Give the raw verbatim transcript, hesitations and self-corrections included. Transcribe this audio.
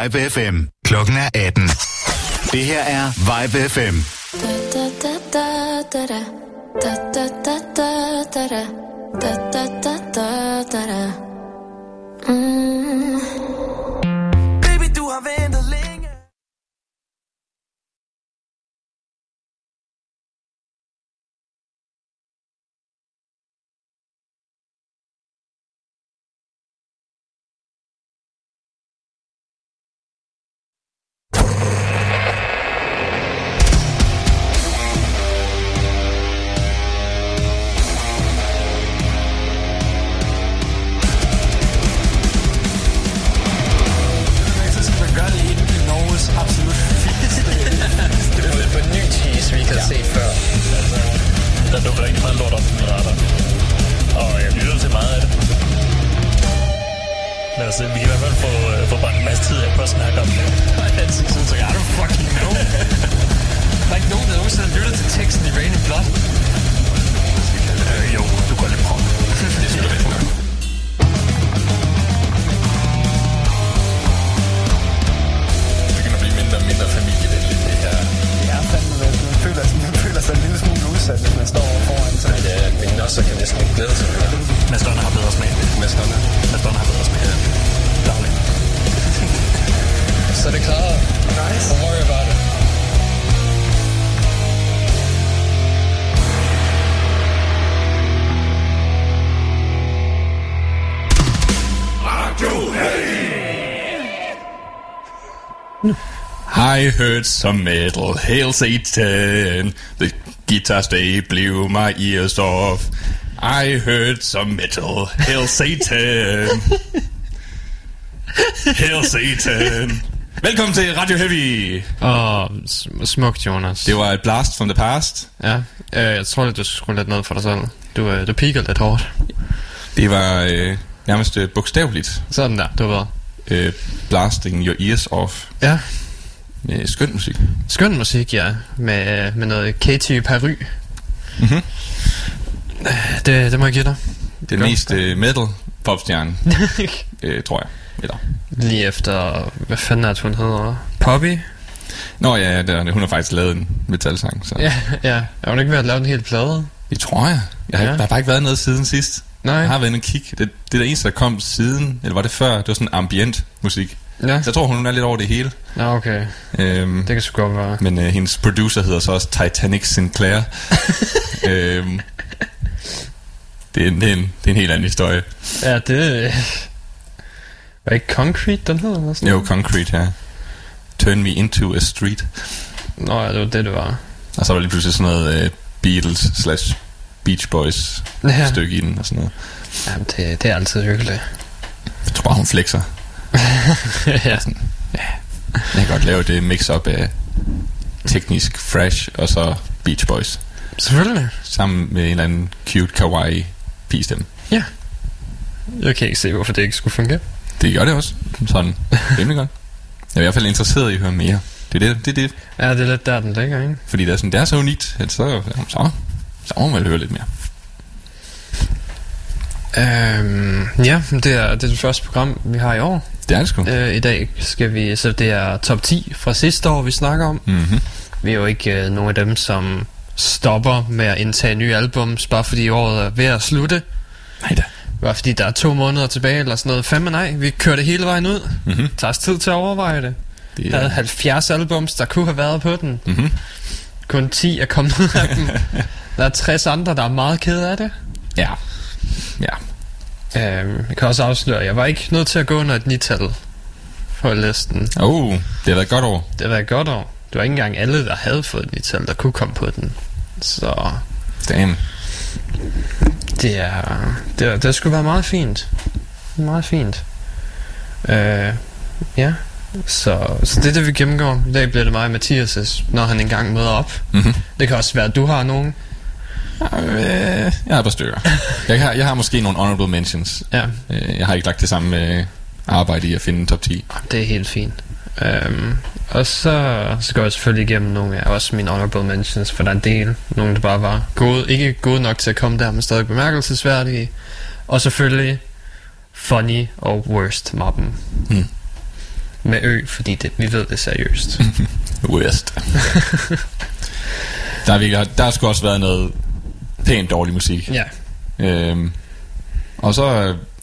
Vibe F M. Klokken er atten. Det her er Vibe F M. Mm. Baby, du har ventet længe. I heard some metal, hail Satan, the guitar stay blew my ears off. I heard some metal, hail Satan, hail Satan. Velkommen til Radio Heavy. Åh, oh, smukt, Jonas. Det var et blast from the past. Ja, øh, jeg tror lidt, du skulle skrue lidt ned for dig selv. Du, øh, du peaker lidt hårdt. Det var øh, nærmest øh, bogstaveligt. Sådan der, du ved. Øh, blasting your ears off. Ja. Med skøn musik. Skøn musik, ja. Med, med noget Katy Perry. Mm-hmm. Det, det må jeg give dig. Den mest uh, metal popstjerne, øh, tror jeg. Eller. Lige efter, hvad fanden er det, hun hedder? Poppy? Nå ja, der, hun har faktisk lavet en metalsang. Så. Ja, ja. Er hun ikke ved at lave en hel plade? Det tror jeg. jeg har, ja. Der har bare ikke været noget siden sidst. Nej. Jeg har været inde og kigge. Det, det er der eneste, der kom siden, eller var det før? Det var sådan ambient musik. Ja. Så jeg tror, hun er lidt over det hele. Ja, okay. Øhm, det kan sgu godt være. Men øh, hendes producer hedder så også Titanic Sinclair. øhm, det, er en, det, er en, det er en helt anden historie. Ja, det var ikke Concrete, den hedder? Eller sådan? Jo, Concrete, ja. Turn Me Into a Street. Nå ja, det var det, det var. Og så var det lige pludselig sådan noget uh, Beatles slash Beach Boys ja. stykke i den og sådan noget. Jamen, det, det er altid hyggeligt. Jeg tror bare, hun flexer. Ja. Sådan, ja. Jeg kan godt lave det mix-up af teknisk fresh og så Beach Boys. Selvfølgelig. Sammen med en eller anden cute kawaii pigestemme. Ja. Jeg kan ikke se, hvorfor det ikke skulle fungere. Det gør det også. Sådan rimelig godt. Jeg er i hvert fald interesseret i at høre mere. Det er det, det, det. Ja, det er lidt der, den ligger, ikke? Fordi det er, sådan, det er så unikt, at så, så, så må man høre lidt mere. Øhm, ja, det er, det er det første program, vi har i år. Det er det sgu. Øh, I dag skal vi, så det er top ti fra sidste år, vi snakker om. Mm-hmm. Vi er jo ikke øh, nogen af dem, som stopper med at indtage nye albums, bare fordi året er ved at slutte. Nej da. Bare fordi der er to måneder tilbage, eller sådan noget. Fandme nej, vi kører det hele vejen ud. Mm-hmm. Tager os tid til at overveje det. Det Der er halvfjerds albums, der kunne have været på den. Mm-hmm. Kun ti er kommet ud af dem. Der er tres andre, der er meget kede af det. Ja. Ja. Øhm, jeg kan også afsløre, at jeg var ikke nødt til at gå under et nital på listen. Oh, det har været et godt år. Det har været et godt år. Det var ikke engang alle, der havde fået et nital, der kunne komme på den. Så damn. Det er det, er, det skulle være meget fint. Meget fint. Øh, ja. Så, så det er det, vi gennemgår. I dag bliver det mig og Mathias', når han engang møder op. Mm-hmm. Det kan også være, at du har nogen. Øh, jeg har et par stykker. Jeg har, jeg har måske nogle honorable mentions. Ja. Jeg har ikke lagt det samme øh, arbejde i at finde top ti. Det er helt fint. øhm, Og så, så går jeg selvfølgelig igennem nogle af også mine honorable mentions, for der er en del. Nogle, der bare var gode, ikke gode nok til at komme der, men stadig bemærkelsesværdige. Og selvfølgelig funny og worst mappen. hmm. med ø, fordi det, vi ved det er seriøst. Worst. Der har virkelig, der har sgu også været noget pænt dårlig musik. Ja. Øhm, og så